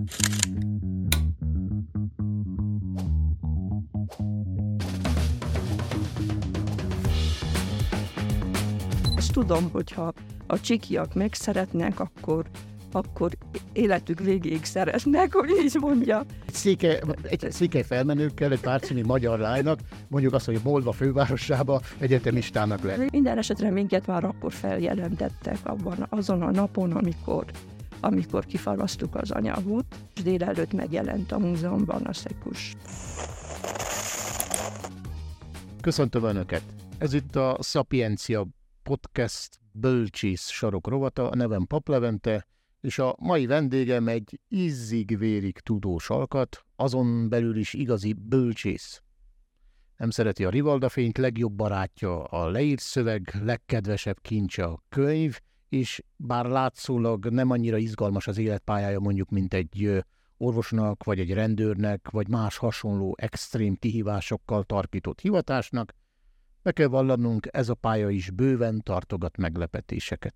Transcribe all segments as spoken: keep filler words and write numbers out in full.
Azt tudom, hogyha a csikiak megszeretnek, akkor, akkor életük végéig szeretnek, hogy így mondja. Egy székely, egy székely felmenőkkel, egy pár című magyar lánynak, mondjuk azt, hogy Moldva fővárosába egyetemistának lett. Minden esetre minket már akkor feljelentettek abban, azon a napon, amikor, amikor kifalasztuk az anyagot, és délelőtt megjelent a múzeumban a szekus. Köszöntöm Önöket! Ez itt a Szapiencia Podcast bölcsész sarok rovata, a nevem Pap Levente, és a mai vendégem egy ízig-vérig tudós alkat, azon belül is igazi bölcsész. Nem szereti a rivaldafényt, legjobb barátja a leírt szöveg, legkedvesebb kincse a könyv, és bár látszólag nem annyira izgalmas az életpályája mondjuk, mint egy orvosnak, vagy egy rendőrnek, vagy más hasonló extrém kihívásokkal tarkított hivatásnak, be kell vallanunk, ez a pálya is bőven tartogat meglepetéseket.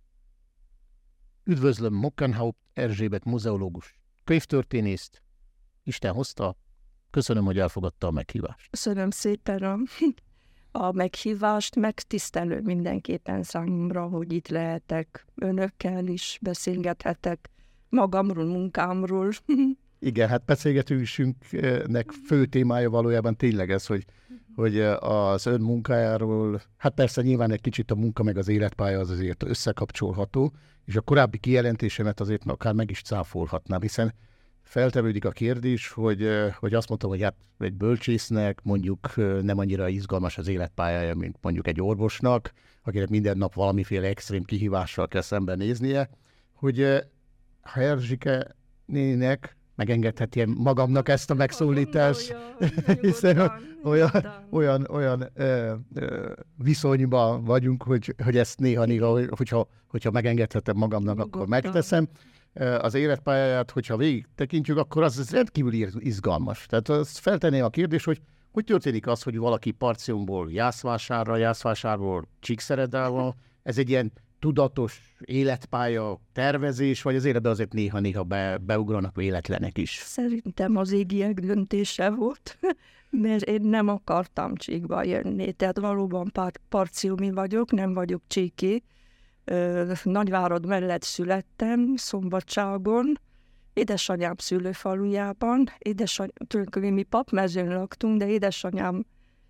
Üdvözlöm Mockenhaupt Erzsébet muzeológus, könyvtörténészt. Isten hozta, köszönöm, hogy elfogadta a meghívást. Köszönöm szépen a, a meghívást, megtisztelő mindenképpen számomra, hogy itt lehetek, önökkel is beszélgethetek magamról, munkámról. Igen, hát beszélgetésünknek fő témája valójában tényleg ez, hogy, hogy az ön munkájáról, hát persze nyilván egy kicsit a munka meg az életpálya az azért összekapcsolható, és a korábbi kijelentésemet azért akár meg is cáfolhatnám, hiszen feltevődik a kérdés, hogy, hogy azt mondtam, hogy hát egy bölcsésznek mondjuk nem annyira izgalmas az életpályája, mint mondjuk egy orvosnak, akinek minden nap valamiféle extrém kihívással kell szembenéznie, hogy ha Erzsike néninek megengedheti magamnak ezt a megszólítást, hiszen olyan, olyan, olyan ö, ö, viszonyban vagyunk, hogy, hogy ezt néha-néha, hogyha, hogyha megengedhetem magamnak, akkor megteszem. Az életpályáját, hogyha végig tekintjük, akkor az rendkívül izgalmas. Tehát azt feltenné a kérdés, hogy hogy történik az, hogy valaki Partiumból Jászvásárra, Jászvásárból Csíkszeredába, ez egy ilyen tudatos életpálya tervezés, vagy az életben azért néha-néha be, beugranak véletlenek is? Szerintem az égiek döntése volt, mert én nem akartam Csíkba jönni. Tehát valóban par- partiumi vagyok, nem vagyok csíki. Nagyvárad mellett születtem, Szombatságon, édesanyám szülőfalujában. Édesanyám, tulajdonképpen mi Papmezőn laktunk, de édesanyám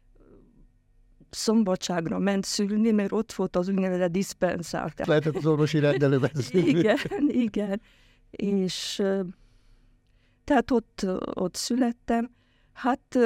Szombatságra ment szülni, mert ott volt az úgynevezett diszpenszár. Lehetett az orvosi rendelőben. Igen, igen. És tehát ott, ott születtem. Hát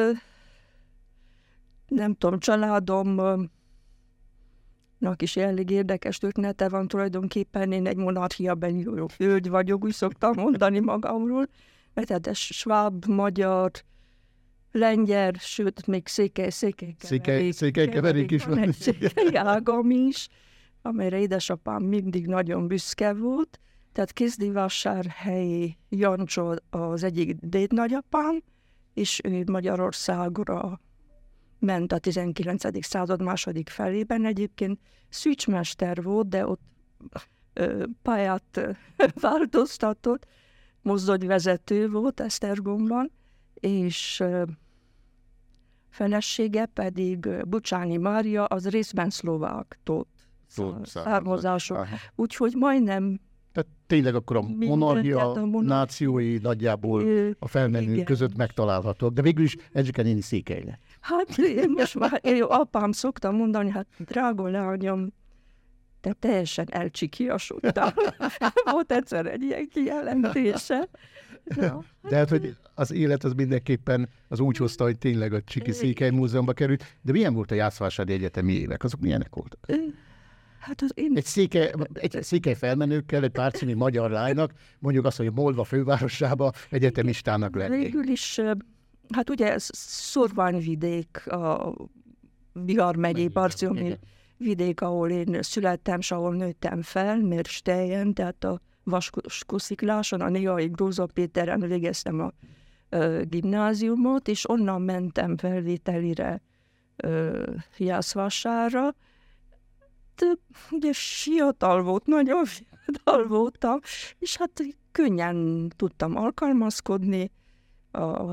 nem tudom, családomnak is elég érdekes története van tulajdonképpen. Én egy monarchiabeli hölgy vagyok, úgy szoktam mondani magamról. Mert hát ez sváb, magyar, lengyel, sőt, még székely, székelykeverék. Székelykeverék is van. Egy székely ágam is, amelyre édesapám mindig nagyon büszke volt. Tehát Kézdivásárhelyi Jancsó az egyik dédnagyapám, és ő Magyarországra ment a tizenkilencedik század második felében. Egyébként szűcsmester volt, de ott ö, pályát ö, változtatott, mozdonyvezető volt Esztergomban, és ö, felesége pedig Bucsányi Mária, az részben szlovák tót származású. Úgyhogy majdnem tehát tényleg akkor a monarchia a monarchia nációi nagyjából a felmenők igen. között megtalálhatók, de végül is Erzsike néni székely lett. Hát én most már, én apám szoktam mondani, hát drága lányom, te teljesen elcsikiasodtál. Volt egyszer egy ilyen kijelentése. No. De hát, hogy az élet az mindenképpen az úgy hozta, hogy tényleg a Csiki Székely Múzeumba került. De milyen volt a Jászvásári egyetemi évek? Azok milyenek voltak? Hát az én... Egy székely, egy székely felmenőkkel, egy pár című magyar lánynak, mondjuk azt, hogy Moldva fővárosába egyetemistának lenni. Végül is, hát ugye ez szorványvidék, a Bihar megyei Partiumi vidék, ahol én születtem, és ahol nőttem fel, Mérstelyen, tehát a Vaskószikláson, a Néhai Gróza Péteren végeztem a ö, gimnáziumot, és onnan mentem felvételire ö, Jászvásárra. De ugye fiatal volt, nagyon fiatal voltam, és hát könnyen tudtam alkalmazkodni a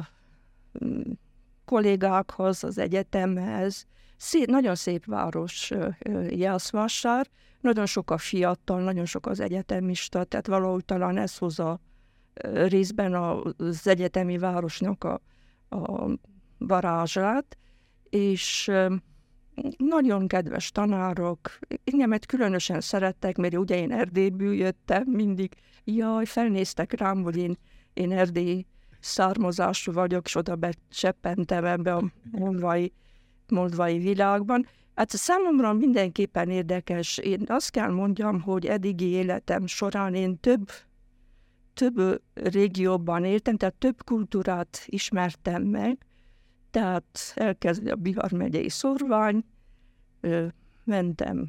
kollégákhoz, az egyetemhez. Szép, nagyon szép város Jászvásár, nagyon sok a fiatal, nagyon sok az egyetemista, tehát valahol talán ez hozza részben az egyetemi városnak a, a varázsát, és nagyon kedves tanárok, engemet különösen szerettek, mert ugye én Erdélyből jöttem, mindig jaj, felnéztek rám, hogy én, én erdélyi származású vagyok, és oda becseppentem ebbe a moldvai, moldvai világban. Hát számomra mindenképpen érdekes. Én azt kell mondjam, hogy eddigi életem során én több, több régióban éltem, tehát több kultúrát ismertem meg, tehát elkezdve a Bihar megyei szórvány, ö, mentem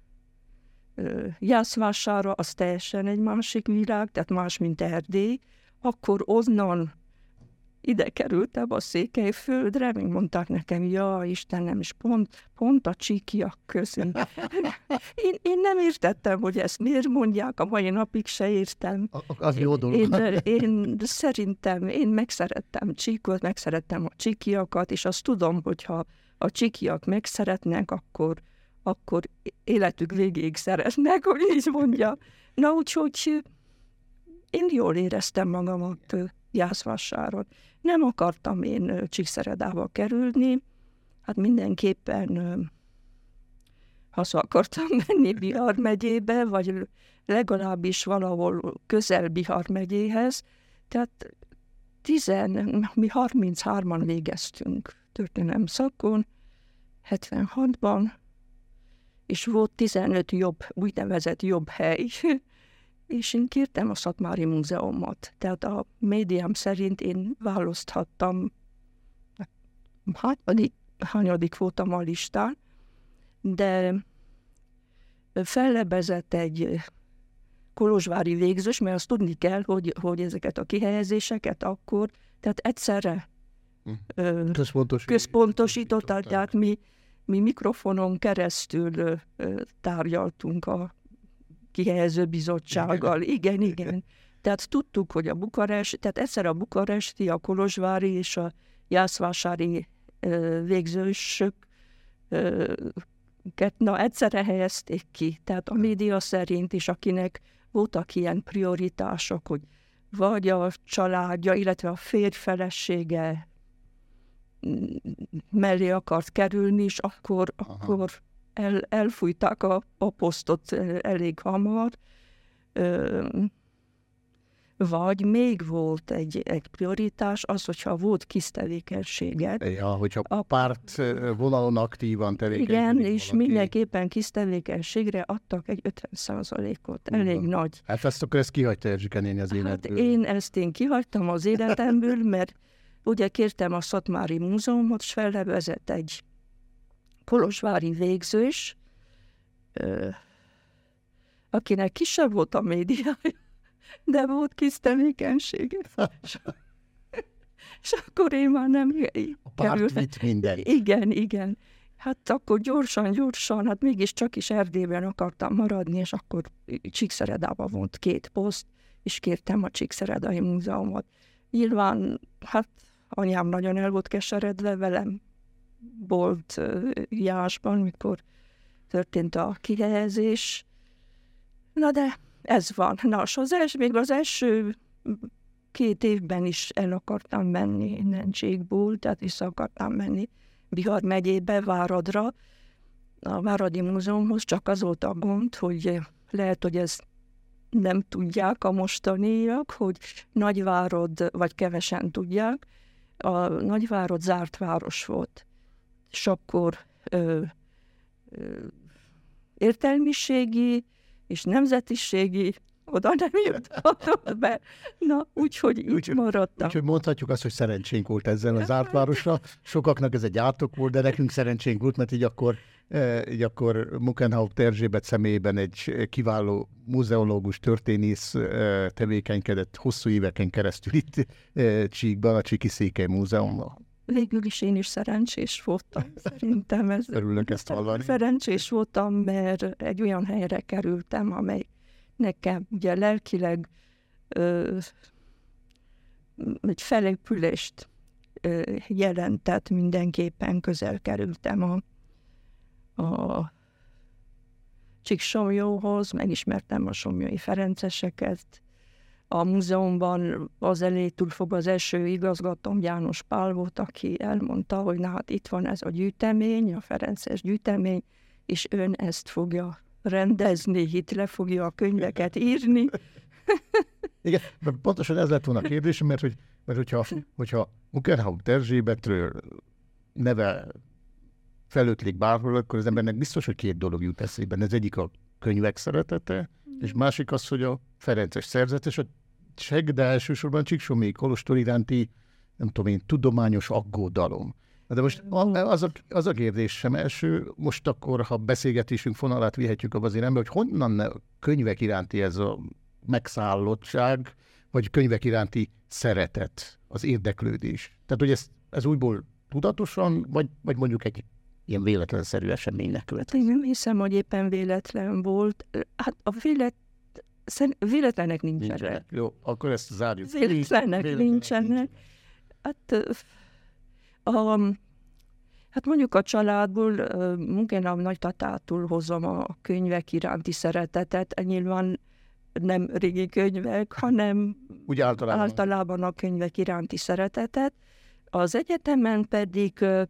ö, Jászvására, az teljesen egy másik világ, tehát más, mint Erdély. Akkor onnan ide kerültem a Székelyföldre, még mondták nekem, ja, Istenem, és pont, pont a csíkiak közül. Én, én nem értettem, hogy ezt miért mondják, a mai napig se értem. Az jó dolog. Én, én szerintem, én megszerettem Csíkot, megszerettem a csikiakat, és azt tudom, hogyha a csikiak megszeretnek, akkor, akkor életük végéig szeretnek, hogy így mondja. Na, úgyhogy én jól éreztem magamat Jászvásáron. Nem akartam én Csíkszeredába kerülni, hát mindenképpen haza akartam menni Bihar megyébe, vagy legalábbis valahol közel Bihar megyéhez. Tehát tizen, mi harminchárman végeztünk történelem szakon, hetvenhatban, és volt tizenöt jobb, úgynevezett jobb hely, és én kértem a Szatmári Múzeumot. Tehát a médiám szerint én választhattam, hányadik, hányadik voltam a listán, de fellebezett egy kolozsvári végzős, mert azt tudni kell, hogy, hogy ezeket a kihelyezéseket akkor, tehát egyszerre központosították, tehát mi, mi mikrofonon keresztül ö, ö, tárgyaltunk a kihelyező bizottsággal. Igen, igen. Tehát tudtuk, hogy a Bukarest, tehát egyszer a bukaresti, a kolozsvári és a jászvásári ö, végzősök ö, na, egyszerre helyezték ki. Tehát a média szerint is, akinek voltak ilyen prioritások, hogy vagy a családja, illetve a férj felesége mellé akart kerülni, és akkor, akkor el, elfújták a, a posztot elég hamar. Vagy még volt egy, egy prioritás, az, hogyha volt kis tevékenységet. Ja, hogyha a párt vonalon aktívan tevékenykedik. Igen, és valaki. Mindenképpen kis tevékenységre adtak egy ötven százalékot. Elég uh-huh. nagy. Hát ezt akkor ezt kihagyta Erzsike néni az életből. Hát én ezt én kihagytam az életemből, mert ugye kértem a Szatmári Múzeumot, és felnevezett egy kolozsvári végzős, akinek kisebb volt a médiája, de volt kis tevékenysége. és, és akkor én már nem a párt vitt mindent. Igen, igen. Hát akkor gyorsan, gyorsan, hát mégiscsak is Erdélyben akartam maradni, és akkor Csíkszeredában volt két poszt, és kértem a Csíkszeredai Múzeumot. Nyilván, hát anyám nagyon el volt keseredve velem, volt uh, Jásban, mikor történt a kihelyezés. Na de ez van. Na, és az els, még az első két évben is el akartam menni innen Csíkból, tehát vissza akartam menni Bihar megyébe, Váradra, a Váradi Múzeumhoz, csak az volt a gond, hogy lehet, hogy ezt nem tudják a mostaniak, hogy Nagyvárad, vagy kevesen tudják, a Nagyvárad zárt város volt. És akkor ö, ö, értelmiségi és nemzetiségi oda nem jutott be. Na, úgyhogy így úgy, maradtam. Úgyhogy mondhatjuk azt, hogy szerencsénk volt ezzel a zárt városra. Sokaknak ez egy átok volt, de nekünk szerencsénk volt, mert így akkor, így akkor Muckenhaupt Erzsébet személyében egy kiváló muzeológus, történész tevékenykedett hosszú éveken keresztül itt Csíkban, a Csíki Székely Múzeumban. Végül is én is szerencsés voltam, szerintem. Ez Örülök ezt hallani. Szerencsés voltam, mert egy olyan helyre kerültem, amely nekem ugye lelkileg ö, egy felépülést ö, jelentett, mindenképpen közel kerültem a, a Csíksomlyóhoz, megismertem a somlyói ferenceseket. A múzeumban az elétől fog az első igazgatóm János Pál volt, aki elmondta, hogy na hát itt van ez a gyűjtemény, a ferences gyűjtemény, és ön ezt fogja rendezni, itt le fogja a könyveket írni. Igen, pontosan ez lett volna a kérdésem, mert, hogy, mert hogyha, hogyha Munkernhaupt Erzsébetről neve felötlik bárhol, akkor az embernek biztos, hogy két dolog jut eszében. Ez egyik a könyvek szeretete, és másik az, hogy a ferences szerzetesek, de elsősorban Csíksomlyói kolostor iránti, nem tudom én, tudományos aggódalom. De most az a, az a kérdésem első, most akkor, ha beszélgetésünk fonalát vihetjük abba az irányba, hogy honnan a könyvek iránti ez a megszállottság, vagy könyvek iránti szeretet, az érdeklődés. Tehát, hogy ez, ez újból tudatosan, vagy, vagy mondjuk egy ilyen véletlenszerű eseménynek következik. Én nem hiszem, hogy éppen véletlen volt. Hát a vélet... véletlenek nincsenek. Nincsenek. Jó, akkor ezt zárjuk. Véletlenek, véletlenek nincsenek. Hát, a, hát mondjuk a családból, Munkernhaupt nagytatától hozom a könyvek iránti szeretetet. Nyilván nem régi könyvek, hanem úgy általában. általában a könyvek iránti szeretetet. Az egyetemen pedig ö,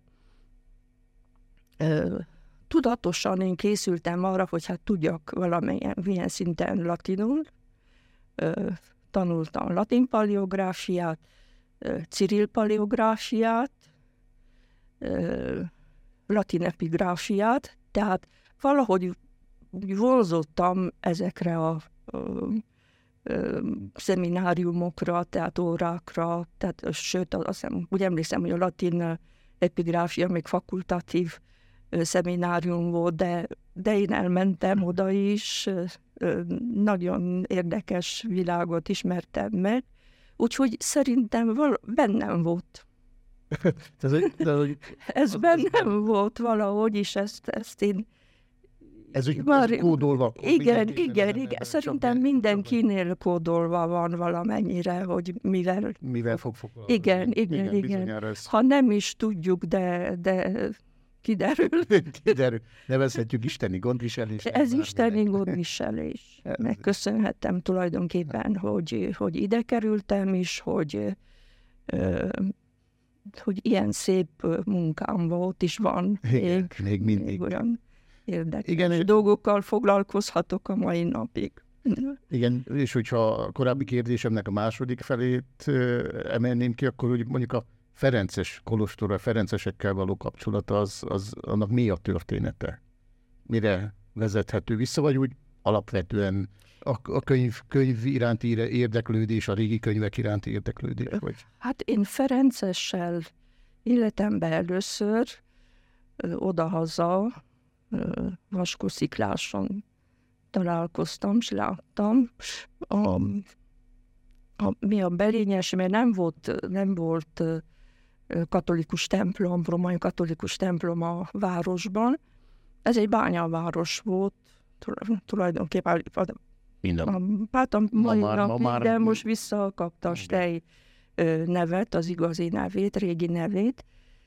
ö, tudatosan én készültem arra, hogy hát tudjak valamilyen milyen szinten latinul. Ö, tanultam latin paleográfiát, ö, Cirill paleográfiát, ö, latin epigráfiát, tehát valahogy úgy vonzottam ezekre a ö, ö, szemináriumokra, tehát órákra, tehát sőt, azt hiszem, úgy emlékszem, hogy a latin epigráfia még fakultatív ö, szeminárium volt, de, de én elmentem oda is, ö, nagyon érdekes világot ismertem meg, úgyhogy szerintem val- bennem volt. ez, de, hogy, ez az, bennem az, volt valahogy, és ezt, ezt én Ez úgy Már, kódolva. Igen, igen, igen. Szerintem mindenkinél kódolva van valamennyire, hogy mivel... Mivel fog foglalkozni. Igen, igen, igen. igen. Ha nem is tudjuk, de, de kiderül. Kiderül. Nevezhetjük isteni gondviselésnek. Ez isteni gondviselés. Megköszönhettem tulajdonképpen, hogy, hogy ide kerültem is, hogy, hogy ilyen szép munkám volt, és van igen, még, még mindig. Még olyan érdekes igen, dolgokkal foglalkozhatok a mai napig. Igen, és hogyha a korábbi kérdésemnek a második felét emelném ki, akkor úgy mondjuk a ferences kolostor, a ferencesekkel való kapcsolata, az, az annak mi a története? Mire vezethető vissza, vagy úgy alapvetően a, a könyv, könyv iránti érdeklődés, a régi könyvek iránti érdeklődés? Vagy? Hát én ferencessel életemben először ö, odahaza, Vaskószikláson találkoztam, és láttam. A, a, mi a Belényes, mert nem volt, nem volt katolikus templom, romai katolikus templom a városban. Ez egy bányaváros volt, tulajdonképpen Minden. Hát a mai ma már, napig, ma már... de most visszakapta a Stey nevet, az igazi nevét, régi nevét.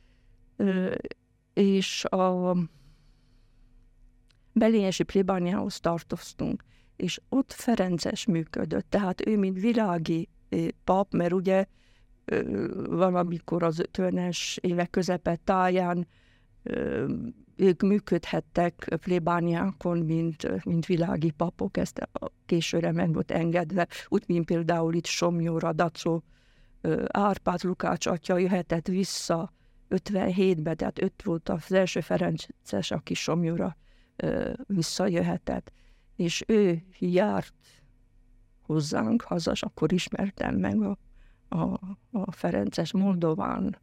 És a Belényesi plébániához tartoztunk, és ott ferences működött, tehát ő, mint világi pap, mert ugye valamikor az ötvenes évek közepe táján ők működhettek plébániákon, mint, mint világi papok, ezt a későre meg volt engedve, úgy, mint például itt Somlyóra, Dacó, Árpád Lukács atya jöhetett vissza ötvenhétben, tehát öt volt az első ferences, aki Somlyóra visszajöhetett, és ő járt hozzánk haza, és akkor ismertem meg a, a, a ferences Moldován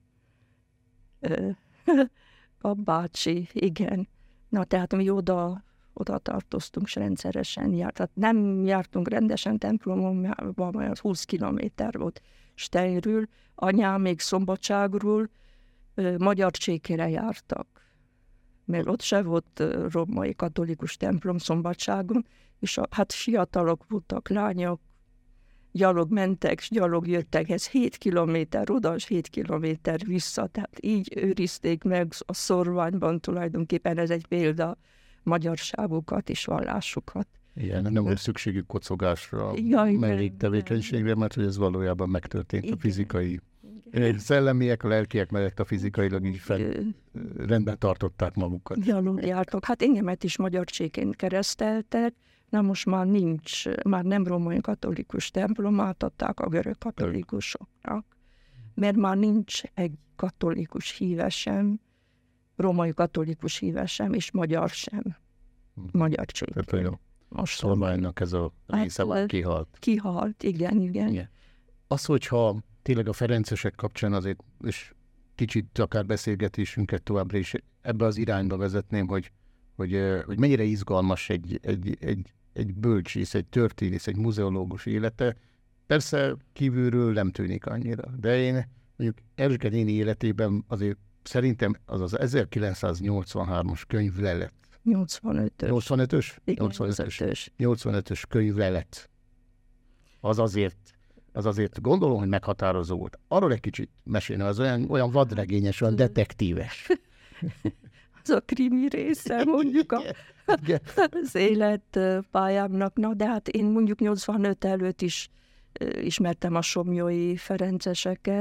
papbácsi, igen. Na, tehát mi oda, oda tartoztunk, és rendszeresen járt. Tehát nem jártunk rendesen templomon, mert húsz kilométer volt Steyről, anyám még Szombatságról Magyar Csékére jártak, mert ott se volt római katolikus templom Szombatságon, és a, hát fiatalok voltak, lányok, gyalog mentek, és gyalog jöttek, ez hét kilométer oda, és hét kilométer vissza, tehát így őrizték meg a szorványban tulajdonképpen, ez egy példa magyarságukat és vallásukat. Igen, nem volt szükségük kocogásra, ja, melléktevékenységre, mert hogy ez valójában megtörtént igen. A fizikai. Igen. Szellemiek, a lelkiek mellett a fizikailag így fel, rendben tartották magukat. Gyalogjártok. Hát engemet is magyar csékén kereszteltek, na most már nincs, már nem római katolikus templom, átadták a görög katolikusoknak, mert már nincs egy katolikus híve sem, római katolikus híve sem, és magyar sem. Magyar csékén. Most szorványnak ez a része hát, kihalt. Kihalt, igen, igen, igen. Az, hogyha tényleg a ferencesek kapcsán azért, és kicsit akár beszélgetésünket továbbra is ebbe az irányba vezetném, hogy, hogy, hogy mennyire izgalmas egy, egy, egy, egy bölcsész, egy történész, egy muzeológus élete. Persze kívülről nem tűnik annyira, de én mondjuk Erzsike néni életében azért szerintem az az ezerkilencszáznyolcvanhármas könyvlelet. nyolcvanötös. nyolcvanötös? Igen, nyolcvanötös. nyolcvanötös könyvlelet. Az azért, az azért gondolom, hogy meghatározó volt. Arról egy kicsit mesélne, az olyan, olyan vadregényes, olyan detektíves. Az a krimi része, mondjuk a, az életpályámnak. Na, de hát én mondjuk nyolcvanöt előtt is ismertem a somlyói ferenceseket.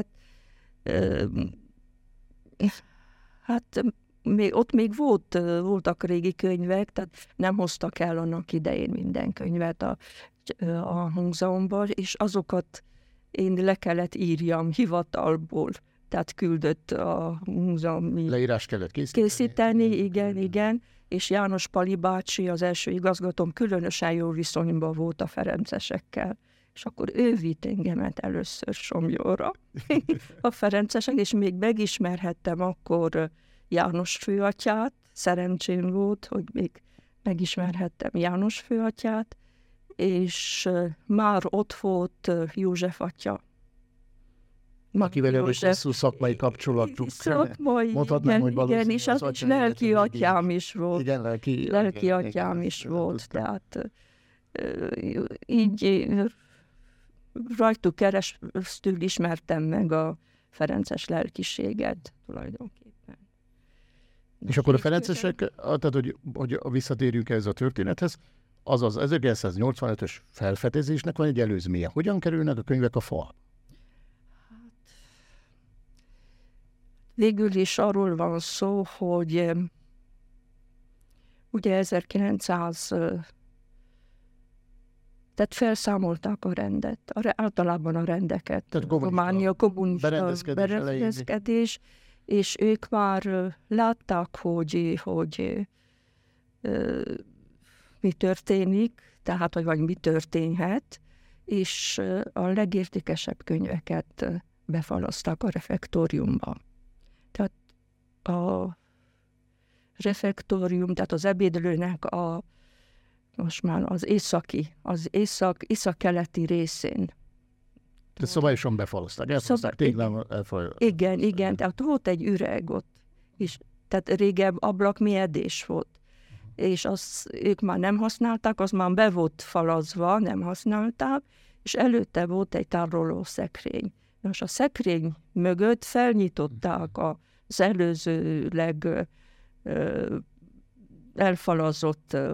Hát még, ott még volt, voltak régi könyvek, tehát nem hoztak el annak idején minden könyvet a, a múzeumban, és azokat én le kellett írjam hivatalból, tehát küldött a múzeumi... Leírás kellett készíteni. Készíteni, igen, igen, és János Pali bácsi, az első igazgatóm, különösen jó viszonyban volt a ferencesekkel, és akkor ő vitt engemet először Somlyóra a ferencesek, és még megismerhettem akkor János főatyát, szerencsém volt, hogy még megismerhettem János főatyát, és már ott volt József atya. Akivel előtt hosszú szakmai kapcsolatuk. Szakmai, mondhatnám, igen, hogy igen, és az, az lelki atyám is volt. Igen, lelki, lelki igen, atyám igen, is igen, volt, tehát így rajtuk keresztül ismertem meg a ferences lelkiséget tulajdonképpen. És akkor a ferencesek, tehát hogy, hogy visszatérjünk ez a történethez, azaz ezerkilencszáznyolcvanötös felfedezésnek van egy előzménye. Hogyan kerülnek a könyvek a fal? Hát, végül is arról van szó, hogy ugye ezerkilencszáz tehát felszámolták a rendet, a, általában a rendeket, tehát Románia kommunista berendezkedés, berendezkedés és ők már látták, hogy, hogy mi történik, tehát, hogy vagy mi történhet, és a legértékesebb könyveket befalazták a refektóriumba. Tehát a refektórium, tehát az ebédlőnek a most már az északi, az észak, észak-keleti részén. De szabályosan befalozták. Szabály... Igen, igen, igen, tehát volt egy üreg ott, és tehát régebb ablak mélyedés volt. Uh-huh. És azt ők már nem használták, az már be volt falazva, nem használták, és előtte volt egy tároló szekrény. Most a szekrény mögött felnyitották az előzőleg ö, elfalazott ö,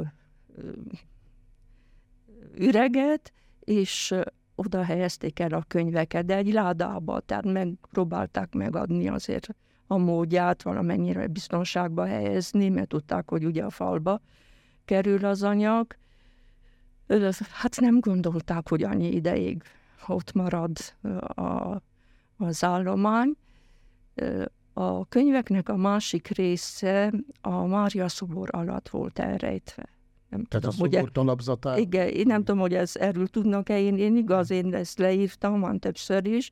üreget, és oda helyezték el a könyveket, de egy ládába, tehát megpróbálták megadni azért a módját, valamennyire biztonságba helyezni, mert tudták, hogy ugye a falba kerül az anyag. Hát nem gondolták, hogy annyi ideig ott marad a, az állomány. A könyveknek a másik része a Mária szobor alatt volt elrejtve. Nem Tehát tudom, a szobor talapzatán? Igen, én nem tudom, hogy ez erről tudnak-e, én, én igaz, én ezt leírtam, van többször is.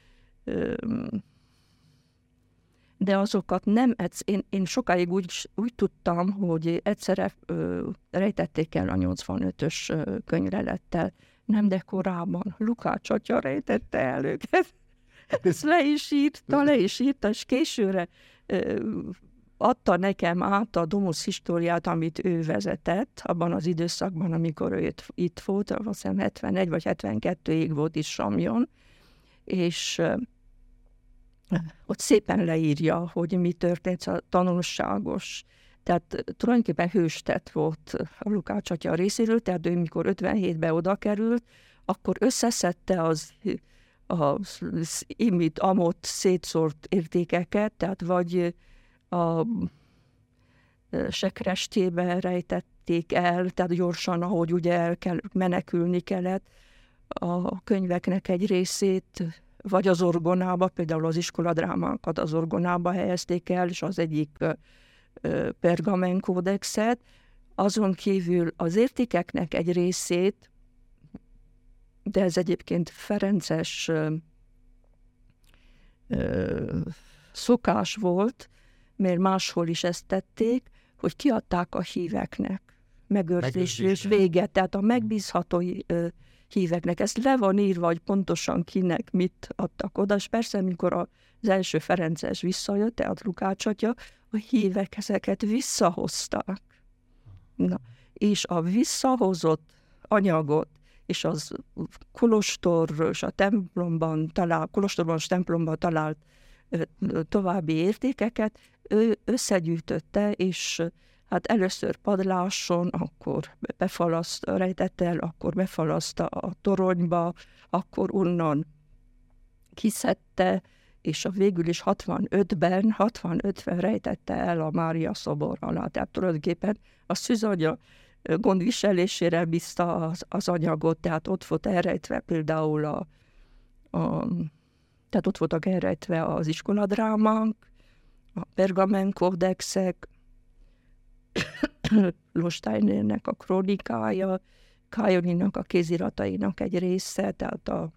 De azokat nem, én, én sokáig úgy, úgy tudtam, hogy egyszerre ö, rejtették el a nyolcvanötös könyvlelettel, nem, de korábban Lukács atya rejtette el őket. Ezt le is írta, le is írta, és későre ö, adta nekem át a Domus Historiát, amit ő vezetett, abban az időszakban, amikor ő itt volt, azt hiszem hetvenegy vagy hetvenkettőig volt is Somlyon, és ott szépen leírja, hogy mi történt, a tanulságos. Tehát tulajdonképpen hőstett volt a Lukács atya részéről, tehát ő mikor ötvenhétben oda került, akkor összeszedte az, az imit, amott szétszórt értékeket, tehát vagy a sekrestjében rejtették el, tehát gyorsan, ahogy ugye el kell, menekülni kellett a könyveknek egy részét, vagy az orgonába, például az iskoladrámákat az orgonába helyezték el, és az egyik pergamenkódexet. Azon kívül az értékeknek egy részét, de ez egyébként ferences ö, ö, szokás volt, mert máshol is ezt tették, hogy kiadták a híveknek megőrzés és véget, tehát a megbízható ö, híveknek. Ez le van írva, hogy pontosan kinek mit adtak oda, és persze, amikor az első ferences visszajött, tehát Lukács atya, a hívek ezeket visszahozták. Na, és a visszahozott anyagot, és az kolostor és a templomban talált, kolostorban és templomban talált további értékeket ő összegyűjtötte, és hát először padláson, akkor befalaszt, rejtett el, akkor befalaszta a toronyba, akkor onnan kiszedte, és a végül is hatvanötben, hatvanötben rejtette el a Mária szobor alá. Tehát tulajdonképpen a szűzanya gondviselésére bízta az, az anyagot, tehát ott volt elrejtve például a, a tehát ott voltak elrejtve az iskoladrámánk, a pergamenkódexek, Losteinérnek a krónikája, Kajoninak a kéziratainak egy része, tehát a,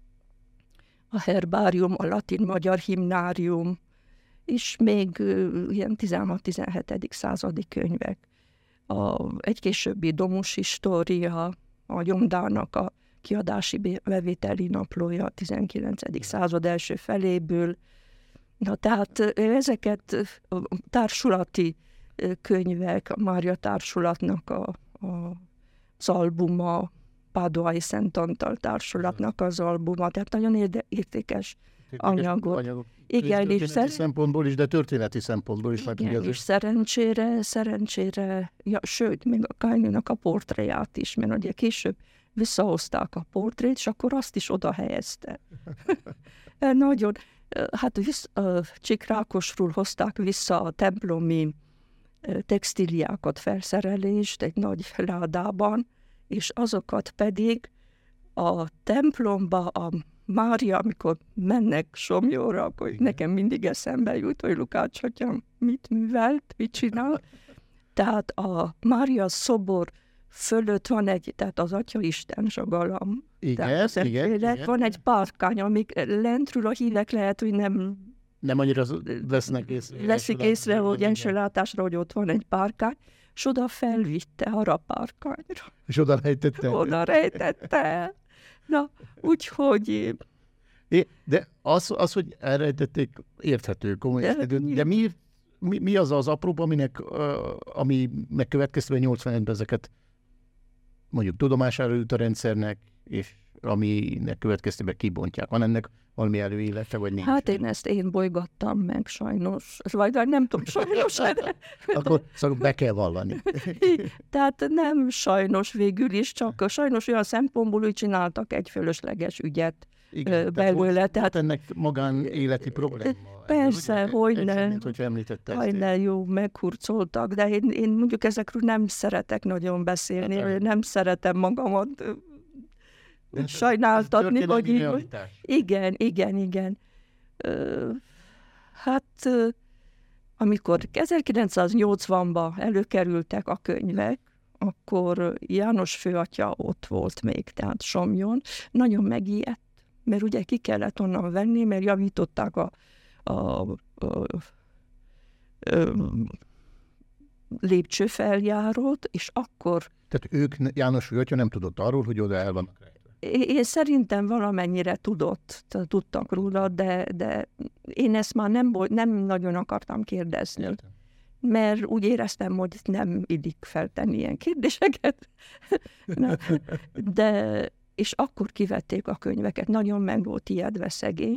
a herbárium, a latin-magyar himnárium, és még uh, ilyen tizenhat-tizenhetedik századi könyvek. A, egy későbbi Domus História, a Gyomdának a kiadási bevételi naplója a tizenkilencedik század első feléből. Na, tehát ezeket a társulati könyvek, a Mária társulatnak a, a, az albuma, Páduai Szent Antal társulatnak az albuma, tehát nagyon érde, értékes anyagot. anyagok. Igen, és történeti szempontból is, de történeti szempontból is. Igen, és szerencsére, szerencsére, ja, sőt, még a Kajninak a portréját is, mert ugye később visszahozták a portrét, és akkor azt is oda helyezte. Nagyon, hát visz, Csík Rákosról hozták vissza a templomi textíliákat, felszerelést egy nagy ládában, és azokat pedig a templomba a Mária, amikor mennek Somlyóra, akkor igen, nekem mindig eszembe jut, hogy Lukács atya mit művelt, mit csinál. Tehát a Mária szobor fölött van egy, tehát az Atyaisten sagalam. Igen, igen, igen. Van egy párkány, amik lentről a hívek lehet, hogy nem... Nem annyira vesznek észre. Leszik észre, hogy első látásra, hogy ott van egy párkány, és oda felvitte arra a párkányra. És oda rejtette? Oda rejtette. Na, úgyhogy... É, de az, az, hogy elrejtették, érthető, komoly. De, de mi, mi, mi az az apróbb, aminek, uh, ami megkövetkeztében nyolcvanegyben ezeket mondjuk tudomására jut a rendszernek, és aminek következtében kibontják? Van ennek valami előélete, vagy nincs? Hát én ezt én bolygattam meg sajnos. Vagy nem tudom, sajnos. De... Akkor szóval be kell vallani. Tehát nem sajnos végül is, csak sajnos olyan szempontból, hogy csináltak egy fölösleges ügyet belőle. Tehát ennek magánéleti probléma. Persze, hogy ne. Mint hogy említette hogy ne, jó, meghurcoltak, de én, én mondjuk ezekről nem szeretek nagyon beszélni, hát, nem szeretem magamat de sajnáltatni, vagy így. Igen, igen, igen. Ö, hát ö, amikor ezerkilencszáznyolcvanban előkerültek a könyvek, akkor János főatya ott volt még, tehát Somlyon, nagyon megijedt, mert ugye ki kellett onnan venni, mert javították a, a, a, a, a lépcsőfeljárót, és akkor... Tehát ők, János főatya nem tudott arról, hogy oda el vannak rejtve. Én szerintem valamennyire tudott, tudtak róla, de, de én ezt már nem, nem nagyon akartam kérdezni. Értem. mert úgy éreztem, hogy nem illik feltenni ilyen kérdéseket. Na, de, és akkor kivették a könyveket, nagyon meg volt ijedve szegény,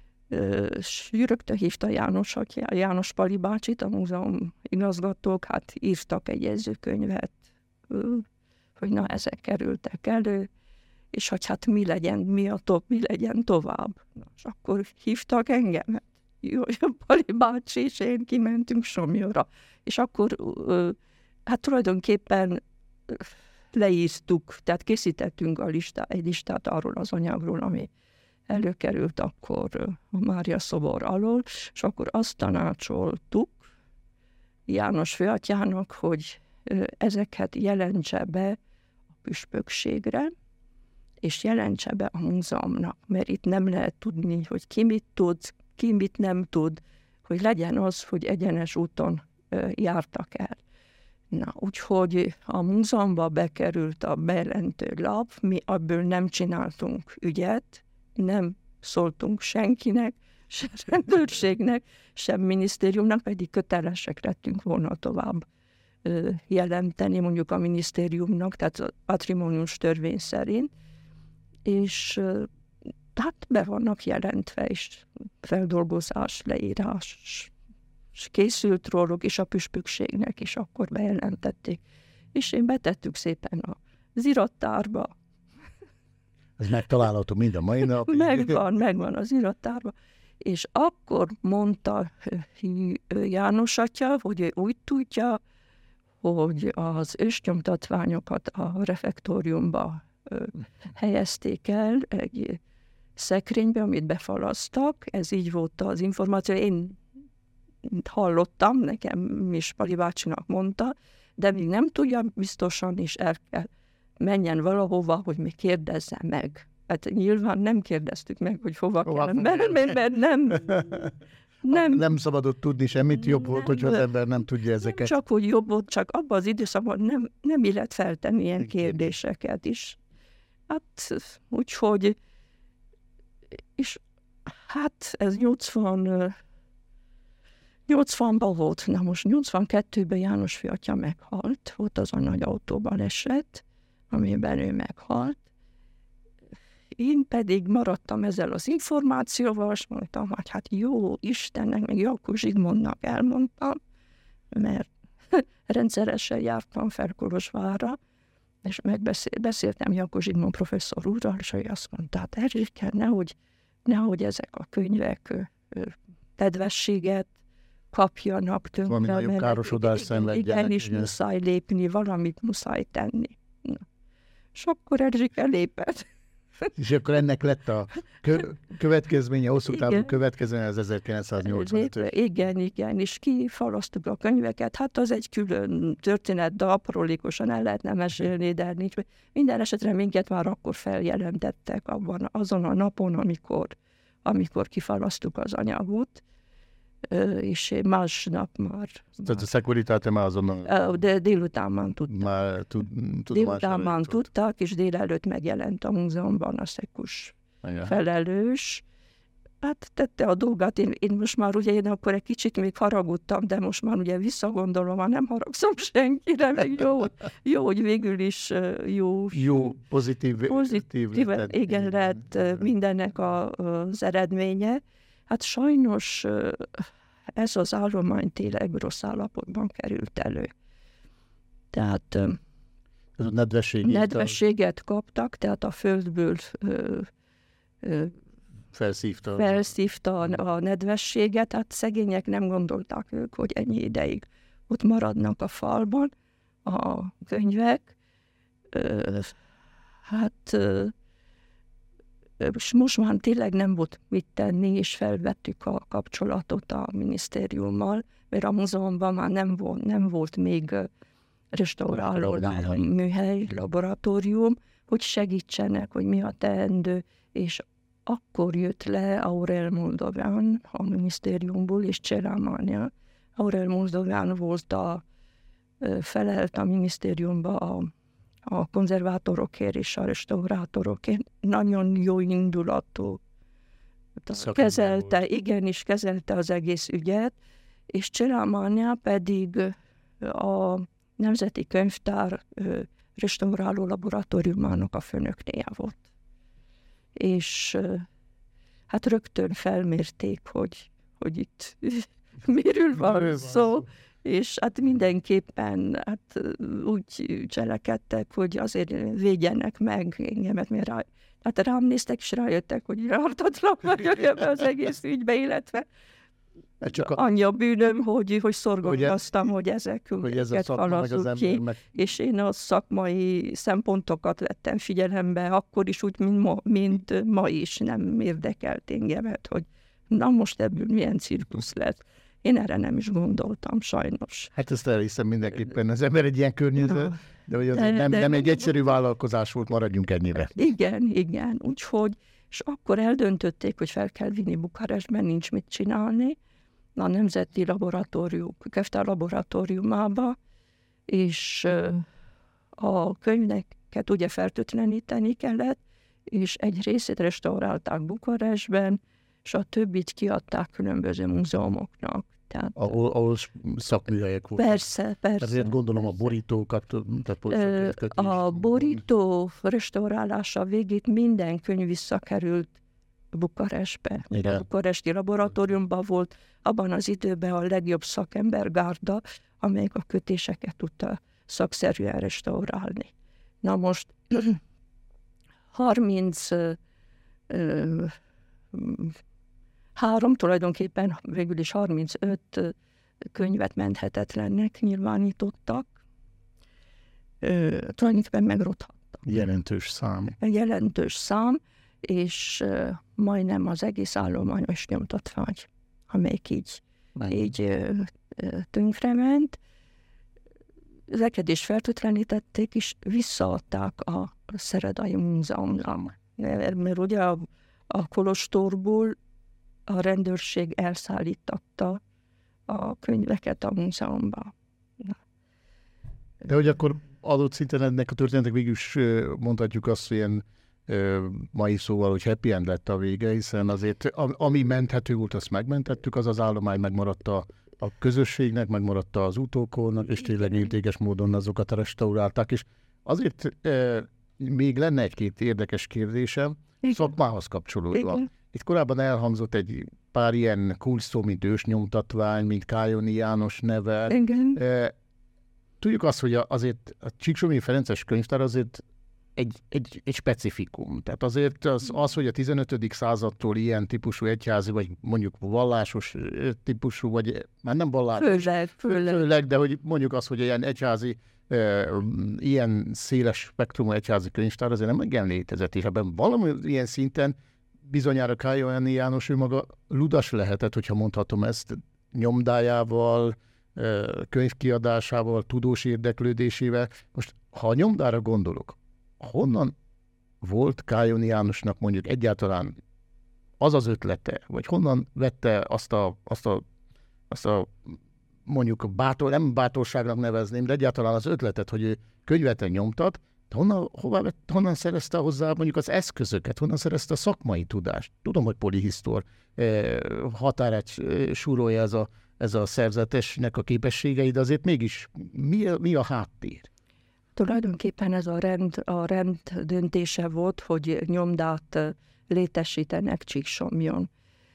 és rögtön hívta János, János Pali bácsit, a múzeum igazgatók, hát írtak egy jegyzőkönyvet, hogy na, ezek kerültek elő, és hogy hát mi legyen, mi a top, mi legyen tovább. Na, és akkor hívtak engemet. Jó, Pali bácsi, és én kimentünk Somlyóra. És akkor hát tulajdonképpen leírtuk, tehát készítettünk a listá, egy listát arról az anyagról, ami előkerült akkor a Mária szobor alól, és akkor azt tanácsoltuk János főatyának, hogy ezeket jelentse be a püspökségre, és jelentse be a múzeumnak, mert itt nem lehet tudni, hogy ki mit tud, ki mit nem tud, hogy legyen az, hogy egyenes úton jártak el. Na, úgyhogy a múzeumba bekerült a bejelentő lap, mi abból nem csináltunk ügyet, nem szóltunk senkinek, sem rendőrségnek, sem minisztériumnak, pedig kötelesek lettünk volna tovább jelenteni mondjuk a minisztériumnak, tehát a patrimónius törvény szerint, és hát be vannak jelentve, és feldolgozás, leírás, és készült róluk, és a püspökségnek is akkor bejelentették. És én betettük szépen az irattárba. Ez megtalálható mind a mai nap. Megvan, megvan az irattárba. És akkor mondta János atya, hogy ő úgy tudja, hogy az ősnyomtatványokat a refektóriumba helyezték el egy szekrénybe, amit befalasztak. Ez így volt az információ. Én hallottam, nekem is Pali bácsinak mondta, de még nem tudja biztosan, és el kell menjen valahova, hogy mi kérdezze meg. Hát nyilván nem kérdeztük meg, hogy hova, hova kell menni, mert nem... Nem, nem szabadott tudni semmit, jobb nem, volt, hogyha az ember nem tudja ezeket. Nem csak, hogy jobb volt, csak abban az időszakban nem, nem illet feltenni ilyen kérdéseket is. Hát úgyhogy, és hát ez nyolcvan, nyolcvanban volt, na most nyolcvankettőben János főatya meghalt, volt az a nagy autóban esett, amiben ő meghalt. Én pedig maradtam ezzel az információval, és mondtam, hogy hát jó Istennek, meg Jakub Zsigmondnak elmondtam, mert rendszeresen jártam fel Kolozsvárra, és megbeszéltem Jakub Zsigmond professzor úrral, és ő azt mondta, hát Erzsike, nehogy, nehogy ezek a könyvek nedvességet kapjanak tönkre. Valami nagyobb károsodás szenvedjenek. Igen, és muszáj lépni, valamit muszáj tenni. Na. És akkor Erzsike lépett. És akkor ennek lett a kö- következménye, hosszú távú következménye az ezerkilencszáznyolcvanöt. Igen, igen, és kifalasztuk a könyveket. Hát az egy külön történet, de aprólékosan el lehetne mesélni, de nincs. Minden esetre minket már akkor feljelentettek abban, azon a napon, amikor, amikor kifalasztuk az anyagot, és másnap már... Tehát a Securitate már azonnal... De délután már tudtak. Már tud, délután már tudtak, és délelőtt megjelent a múzeumban a szekus igen. felelős. Hát tette a dolgát, én, én most már ugye én akkor egy kicsit még haragudtam, de most már ugye visszagondolom, már nem haragszom senkire, meg jó, jó, hogy végül is jó... Jó, pozitív... Pozitív, pozitív igen, lett mindennek a, az eredménye. Hát sajnos ez az állomány tényleg rossz állapotban került elő. Tehát ez a nedvességet, nedvességet kaptak, tehát a földből ö, ö, felszívta, felszívta a nedvességet, hát szegények nem gondolták ők, hogy ennyi ideig ott maradnak a falban a könyvek. Ö, hát... Ö, és most már tényleg nem volt mit tenni, és felvettük a kapcsolatot a minisztériummal, mert a múzeumban már nem volt, nem volt még restauráló műhely, laboratórium, hogy segítsenek, hogy mi a teendő, és akkor jött le Aurel Moldován a minisztériumból, és Cserámánia. Aurel Moldován volt a felelt a minisztériumba a a konzervátorokért és a restaurátorokért. Nagyon jó indulatú. Kezelte, igenis kezelte az egész ügyet, és Csirámania pedig a Nemzeti Könyvtár restauráló laboratóriumának a főnöknéje volt. És hát rögtön felmérték, hogy, hogy itt miről van szó, és hát mindenképpen hát úgy cselekedtek, hogy azért védjenek meg engemet, mert rá, hát rám néztek, és rájöttek, hogy ártatlan vagyok ebbe az egész ügybe, illetve csak a... annyi a bűnöm, hogy, hogy szorgalmaztam, hogy ezeket halazzuk ki, meg... és én a szakmai szempontokat vettem figyelembe, akkor is úgy, mint ma, mint ma is nem érdekelt engemet, hogy na most ebből milyen cirkusz lett. Én erre nem is gondoltam, sajnos. Hát ezt elhiszem mindenképpen, az ember egy ilyen környezet, de hogy az de, nem, de, nem egy egyszerű vállalkozás volt, maradjunk ennyire. Igen, igen, úgyhogy, és akkor eldöntötték, hogy fel kell vinni Bukarestben, nincs mit csinálni, a Nemzeti Laboratórium, Könyvtár laboratóriumába, és a könyveket ugye fertőtleníteni kellett, és egy részét restaurálták Bukarestben, és a többit kiadták különböző múzeumoknak. Tehát, ahol, ahol szakműhelyek voltak. Persze, persze. Ezért gondolom a borítókat. Tehát a borító restaurálása végét minden könyv visszakerült Bukarestbe. Igen. A bukaresti laboratóriumban volt abban az időben a legjobb szakembergárda, amelyik a kötéseket tudta szakszerűen restaurálni. Na most harminc három, tulajdonképpen végül is harmincöt könyvet menthetetlennek nyilvánítottak. Ö, tulajdonképpen megrothattak. Jelentős szám. Jelentős szám, és ö, majdnem az egész állományos nyomtatvány, amelyik így, így ö, ö, tönkre ment. Ezeket is fertőtlenítették, és visszaadták a Szeredai Múzeumnak. Mert ugye a, a kolostorból a rendőrség elszállítatta a könyveket a múzeumba. De hogy akkor adott szinten ennek a történetek végül is mondhatjuk azt, hogy ilyen mai szóval, hogy happy end lett a vége, hiszen azért ami menthető volt, azt megmentettük, az az állomány megmaradt a, a közösségnek, megmaradt az utókornak, és tényleg értékes módon azokat restaurálták, és azért e, még lenne egy-két érdekes kérdésem, igen, szakmához kapcsolódva. Igen. Itt korábban elhangzott egy pár ilyen kulcs szó, mint ősnyomtatvány, mint Kályoni János neve. Igen. E, tudjuk azt, hogy azért a Csíksomlyai Ferences Könyvtár azért egy, egy, egy specifikum. Tehát azért az, az, hogy a tizenötödik századtól ilyen típusú egyházi, vagy mondjuk vallásos típusú, vagy már nem vallásos, főleg, főleg. főleg, de hogy mondjuk az, hogy ilyen egyházi, e, ilyen széles spektrumú egyházi könyvtár azért nem igen létezett, és ebben valami ilyen szinten bizonyára Kályoni János ő maga ludas lehetett, hogyha mondhatom ezt, nyomdájával, könyvkiadásával, tudós érdeklődésével. Most, ha a nyomdára gondolok, honnan volt Kályoni Jánosnak mondjuk egyáltalán az az ötlete, vagy honnan vette azt a, azt a, azt a mondjuk bátor, nem bátorságnak nevezném, de egyáltalán az ötletet, hogy ő könyveten nyomtat, honnan, hová vett, honnan szerezte hozzá mondjuk az eszközöket, honnan szerezte a szakmai tudást? Tudom, hogy polihisztor eh, határát eh, súrolja ez a, ez a szerzetesnek a képességei, de azért mégis mi, mi a háttér? Tulajdonképpen ez a rend, a rend döntése volt, hogy nyomdát létesítenek Csíksomlyon.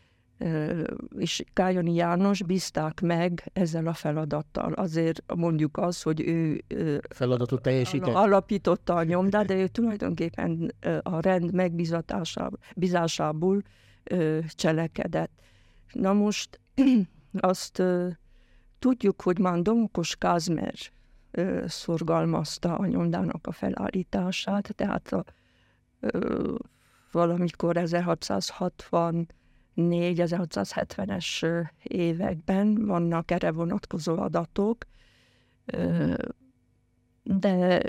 És Kályoni János bízták meg ezzel a feladattal. Azért mondjuk az, hogy ő feladatot teljesített. Alapította a nyomdát, de ő tulajdonképpen a rend megbízásából cselekedett. Na most azt tudjuk, hogy már Domokos Kázmér szorgalmazta a nyomdának a felállítását, tehát a, ö, valamikor ezerhatszázhatvannégy ezerhatszázhetvenes években vannak erre vonatkozó adatok, ö, de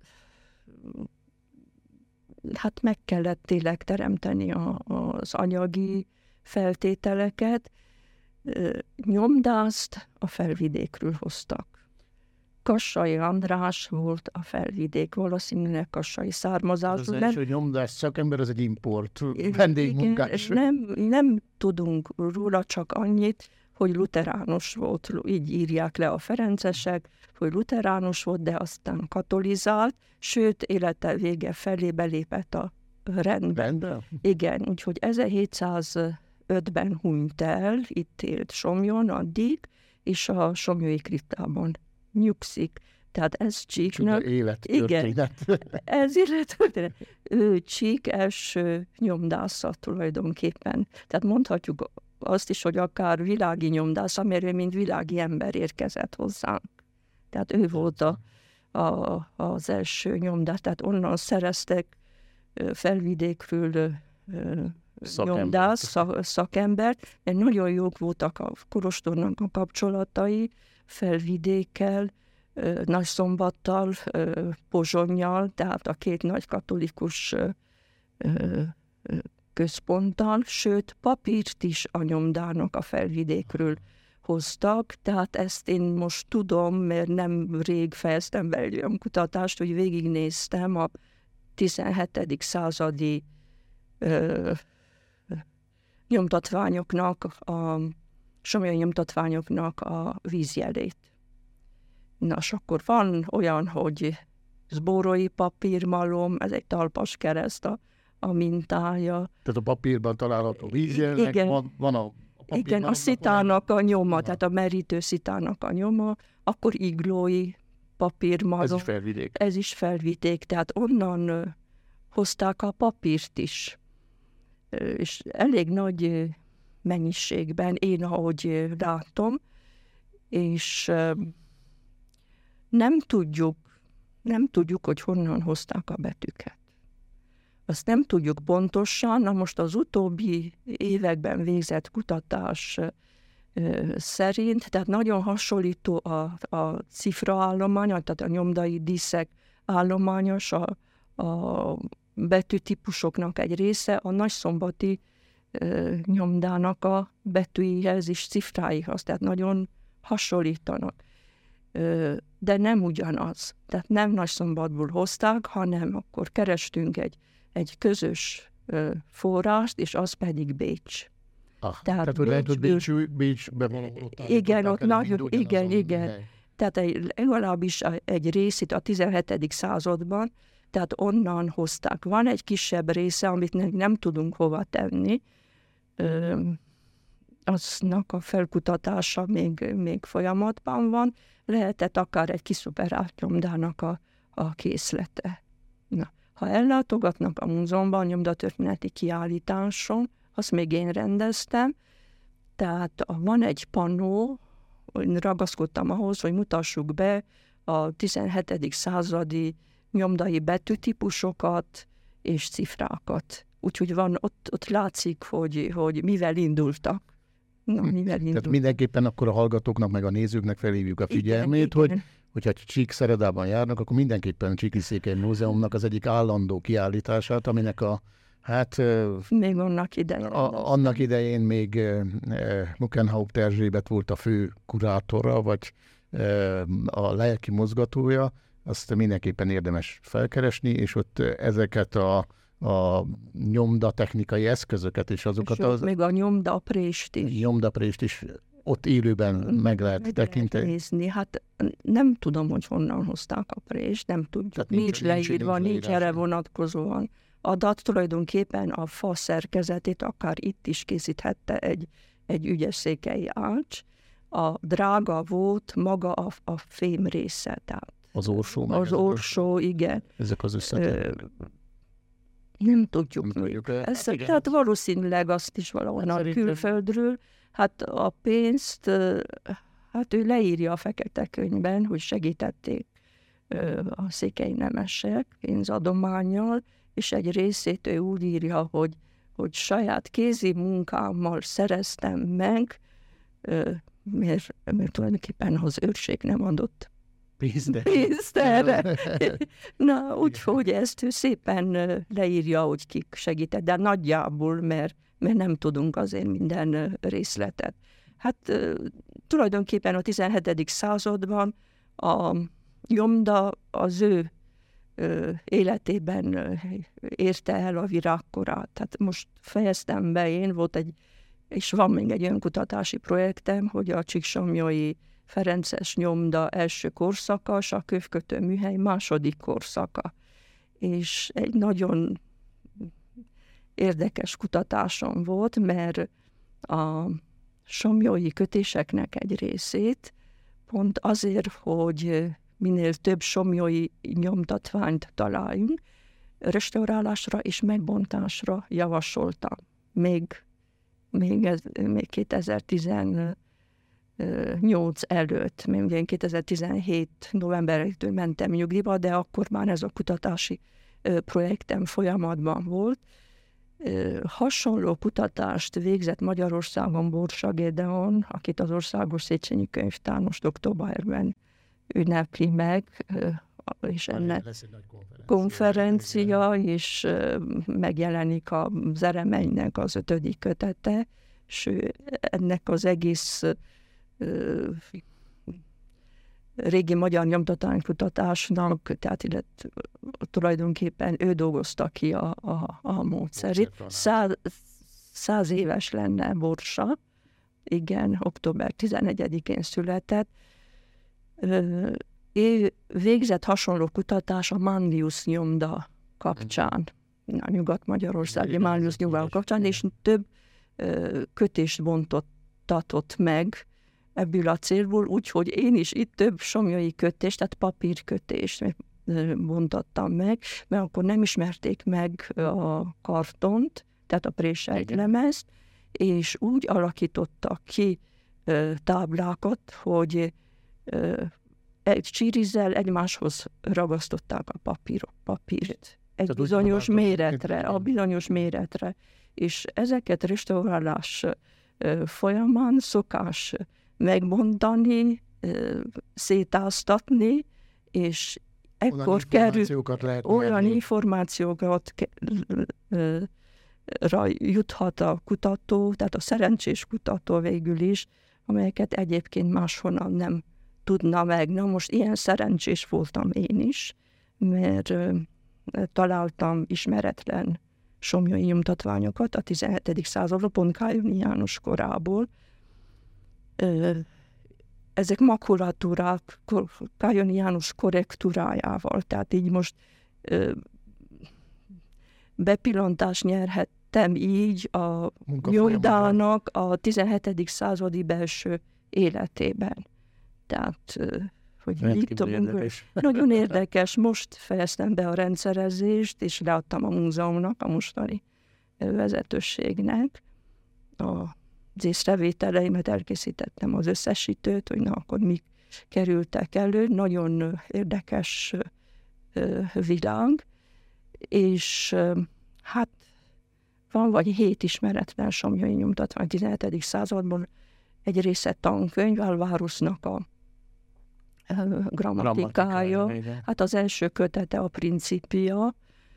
hát meg kellett tényleg teremteni a, az anyagi feltételeket. Ö, nyomdást a Felvidékről hoztak. Kassai András volt a Felvidék, valószínűleg kassai származású. Az első nyomdás szakember, az egy import, vendégmunkás. Nem, nem tudunk róla csak annyit, hogy luteránus volt, így írják le a ferencesek, hogy luteránus volt, de aztán katolizált, sőt, élete vége felé belépett a rendbe. Rendben? Igen, úgyhogy ezerhétszázötben hunyt el, itt élt Somlyon addig, és a somlyói kriptában nyugszik. Tehát ez Csíknak... Élettörténet. Ez élettörténet. Ő Csík első nyomdásza tulajdonképpen. Tehát mondhatjuk azt is, hogy akár világi nyomdász, amire mint világi ember érkezett hozzánk. Tehát ő volt a, a, az első nyomdász. Tehát onnan szereztek Felvidékről nyomdász, szak, szakembert. Nagyon jók voltak a kolostornak a kapcsolatai Felvidékkel, Nagyszombattal, Pozsonnyal, tehát a két nagy katolikus központtal, sőt, papírt is a nyomdának a Felvidékről hoztak, tehát ezt én most tudom, mert nem rég fejeztem be egy olyan kutatást, hogy végignéztem a tizenhetedik századi ö, nyomtatványoknak, a somlyói nyomtatványoknak a vízjelét. Na, és akkor van olyan, hogy zbórói papírmalom, ez egy talpas kereszt a, a mintája. Tehát a papírban található vízjelnek, van, van a, a igen, a szitának a nyoma, van. Tehát a merítő szitának a nyoma, akkor iglói papírmalom. Ez is felvidék. Ez is felvidék, tehát onnan ö, hozták a papírt is. Ö, és elég nagy ö, mennyiségben, én ahogy ö, látom, és ö, nem tudjuk, nem tudjuk, hogy honnan hozták a betűket. Azt nem tudjuk pontosan, na most az utóbbi években végzett kutatás ö, szerint, tehát nagyon hasonlító a, a cifraállománya, tehát a nyomdai díszek állományos, a, a betűtípusoknak egy része, a nagyszombati ö, nyomdának a betűihez és cifráihoz, tehát nagyon hasonlítanak. Ö, de nem ugyanaz. Tehát nem Nagyszombatból hozták, hanem akkor kerestünk egy, egy közös ö, forrást, és az pedig Bécs. Ah, tehát, tehát hogy lehet, hogy Bécs, Bécsbe valahol ott igen, ott nagyon, igen, igen. Hely. Tehát egy, legalábbis egy részét a tizenhetedik században, tehát onnan hozták. Van egy kisebb része, amit nem tudunk hova tenni, ö, aznak a felkutatása még, még folyamatban van, lehetett akár egy kiszuperált nyomdának a, a készlete. Na, ha ellátogatnak a múzeumban, a nyomdatörténeti kiállításon, azt még én rendeztem, tehát van egy pannó, én ragaszkodtam ahhoz, hogy mutassuk be a tizenhetedik századi nyomdai betűtípusokat és cifrákat. Úgyhogy van, ott, ott látszik, hogy, hogy mivel indultak. Na, mivel Tehát mindenképpen akkor a hallgatóknak, meg a nézőknek felhívjuk a figyelmét, igen, hogy igen. hogyha Csíkszeredában járnak, akkor mindenképpen a Csíki-Székely Múzeumnak az egyik állandó kiállítását, aminek a, hát... Még annak idején. A, annak idején még e, e, Muckenhaupt Erzsébet volt a fő kurátora, vagy e, a lelki mozgatója, azt mindenképpen érdemes felkeresni, és ott ezeket a a nyomdatechnikai eszközöket és azokat és az... még a nyomdaprést is. Nyomdaprést is ott élőben meg lehet meg tekinteni. Lehet nézni. Hát nem tudom, hogy honnan hozták a prést, nem tudjuk. Tehát nincs, nincs leírva, nincs, nincs erre vonatkozóan adat. Tulajdonképpen a fa szerkezetét akár itt is készíthette egy, egy ügyes székely ács. A drága volt maga a, a fém része. Tehát az orsó. Az orsó, igen. Ezek az összetevők. Nem tudjuk. Nem tudjuk Ezt, hát tehát valószínűleg azt is valahol hát a külföldről. Hát a pénzt, hát ő leírja a fekete könyvben, hogy segítették a székely nemesek pénzadománnyal, és egy részét ő úgy írja, hogy, hogy saját kézi munkámmal szereztem meg, mert, mert tulajdonképpen az őrség nem adott pénzt, pénzt erre. Na, úgyhogy ezt ő szépen leírja, hogy kik segített, de nagyjából, mert, mert nem tudunk azért minden részletet. Hát tulajdonképpen a tizenhetedik században a nyomda az ő életében érte el a virágkorát. Tehát most fejeztem be, én volt egy és van még egy olyan kutatási projektem, hogy a Csíksomlyói Ferences nyomda első korszaka, és a kövkötő műhely második korszaka. És egy nagyon érdekes kutatásom volt, mert a somlyói kötéseknek egy részét pont azért, hogy minél több somlyói nyomtatványt találjunk, restaurálásra és megbontásra javasoltam. Még, még, ez, még kétezer-tizennyolc előtt, még ugye én kétezer-tizenhét novemberétől mentem nyugdíjba, de akkor már ez a kutatási projektem folyamatban volt. Hasonló kutatást végzett Magyarországon Borsa Gédeon, akit az Országos Széchenyi Könyvtár most októberben ünnepli meg, és ennek konferencia, konferencia és megjelenik az Ereménynek az ötödik kötete, és ennek az egész régi magyar nyomtatványkutatásnak, tehát illetve tulajdonképpen ő dolgozta ki a, a, a módszerét. Száz, száz éves lenne Borsa, igen, október tizenegyedikén született. Ő végzett hasonló kutatás a Manlius nyomda kapcsán, a Nyugat-Magyarországi Manlius nyomda kapcsán, és több kötést bontottatott meg ebből a célból, úgyhogy én is itt több somlyói kötést, tehát papírkötést bontottam meg, mert akkor nem ismerték meg a kartont, tehát a présellemezt, és úgy alakítottak ki táblákat, hogy egy csírizzel egymáshoz ragasztották a papír, papírt egy tehát bizonyos méretre, a bizonyos méretre, és ezeket restaurálás folyamán szokás megbontani, szétáztatni, és ekkor kerül olyan információkat juthat a kutató, tehát a szerencsés kutató végül is, amelyeket egyébként máshonnan nem tudna meg. Na most ilyen szerencsés voltam én is, mert találtam ismeretlen somlyói nyomtatványokat a tizenhetedik században, pont Kályoni János korából. Ezek makulatúrák, Kályoni János korrektúrájával, tehát így most bepillantást nyerhettem így a nyomdának a tizenhetedik századi belső életében. Tehát, hogy így tudom, nagyon érdekes, most fejeztem be a rendszerezést, és leadtam a múzeumnak, a mostani vezetőségnek. Az észrevételeimet elkészítettem az összesítőt, hogy na, akkor mik kerültek elő. Nagyon érdekes világ, és hát van vagy hét ismeretlen somlyói nyomtatvány a tizenhetedik században, egy része tankönyv, Alvarusnak a grammatikája. Hát az első kötete a Principia,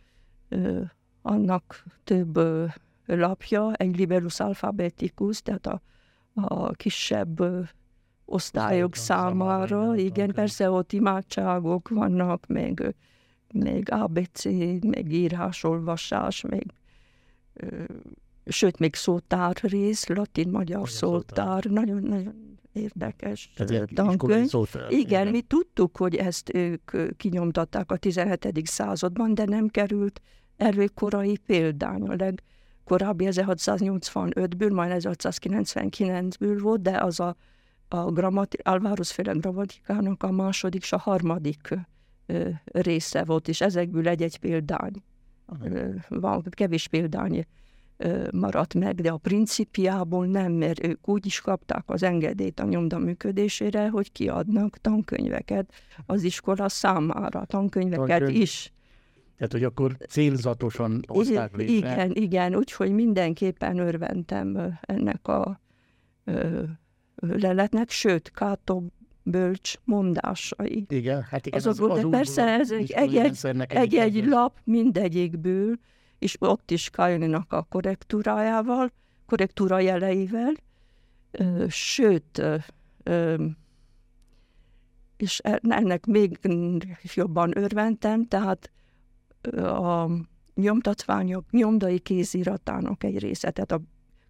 annak több lapja, egy Libellus Alphabeticus, tehát a, a kisebb osztályok számára. számára igen, tankönyv. Persze ott imádságok vannak, még, még á bé cé, még írás, olvasás, még sőt, még szótár rész, latin-magyar szótár, nagyon-nagyon érdekes tankönyv. Igen, igen, mi tudtuk, hogy ezt ők kinyomtatták a tizenhetedik században, de nem került elő korai példány. A legkorábbi ezerhatszáznyolcvanötből, majd ezerhatszázkilencvenkilencből volt, de az a, a grammati, Alvarus-féle grammatikának a második és a harmadik ö, része volt, és ezekből egy-egy példány. Ö, van, kevés példány maradt meg, de a Principiából nem, mert ők úgy is kapták az engedélyt a nyomda működésére, hogy kiadnak tankönyveket az iskola számára, tankönyveket Tankönyv. is. Tehát, hogy akkor célzatosan hozták létre. Igen, igen, úgyhogy mindenképpen örventem ennek a ö, leletnek, sőt, Cato bölcs mondásai. Igen, hát igen, Azok, az, az de persze ezek egy-egy lap mindegyikből, és ott is Kályoninak a korrektúrájával, korrektúra jeleivel, ö, sőt, ö, ö, és ennek még jobban örventem, tehát a nyomtatványok nyomdai kéziratának egy része, tehát a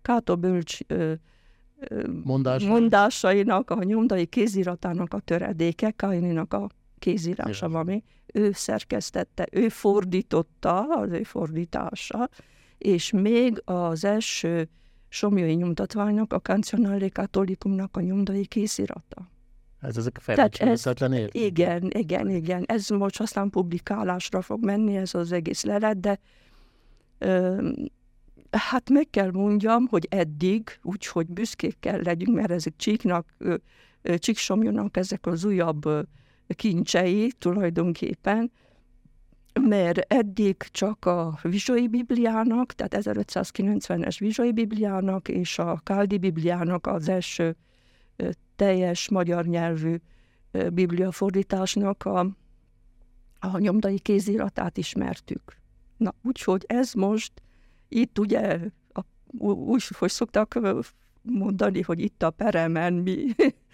Kátó bölcs ö, ö, Mondás. mondásainak, a nyomdai kéziratának a töredéke, Kaininak a kézírása, ami ő szerkesztette, ő fordította, az ő fordítása, és még az első somlyói nyomtatványnak, a Canzionale Cattolicumnak a nyomdai kézirata. Ez ezek felbecsülhetetlen. Igen, igen, igen. Ez most aztán publikálásra fog menni, ez az egész lelet, de ö, hát meg kell mondjam, hogy eddig, úgyhogy büszkék kell legyünk, mert ezek Csíknak, ö, ö, Csíksomlyónak ezek az újabb ö, kincsei tulajdonképpen, mert eddig csak a Vizsói Bibliának, tehát ezerötszázkilencvenes Vizsói Bibliának és a Káldi Bibliának az első ö, teljes magyar nyelvű ö, bibliafordításnak a, a nyomdai kéziratát ismertük. Na, úgyhogy ez most itt ugye, a, úgy, hogy szoktak mondani, hogy itt a peremen mi,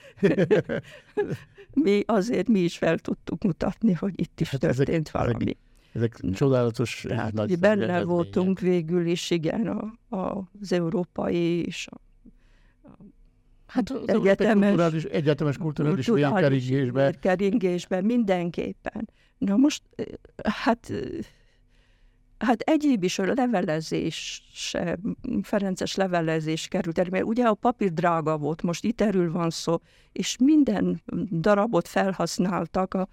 mi azért mi is fel tudtuk mutatni, hogy itt is hát történt ezek, valami. Ezek, ezek csodálatos. Tehát, nagy benne voltunk végül is, igen, a, a, az európai és a, a hát az egyetemes, kulturális, egyetemes kulturális, kulturális vérkeringésben. vérkeringésben mindenképpen. Na most, hát... Hát egyéb is a levelezés, ferences levelezés került elő, mert ugye a papír drága volt, most itt erről van szó, és minden darabot felhasználtak, a,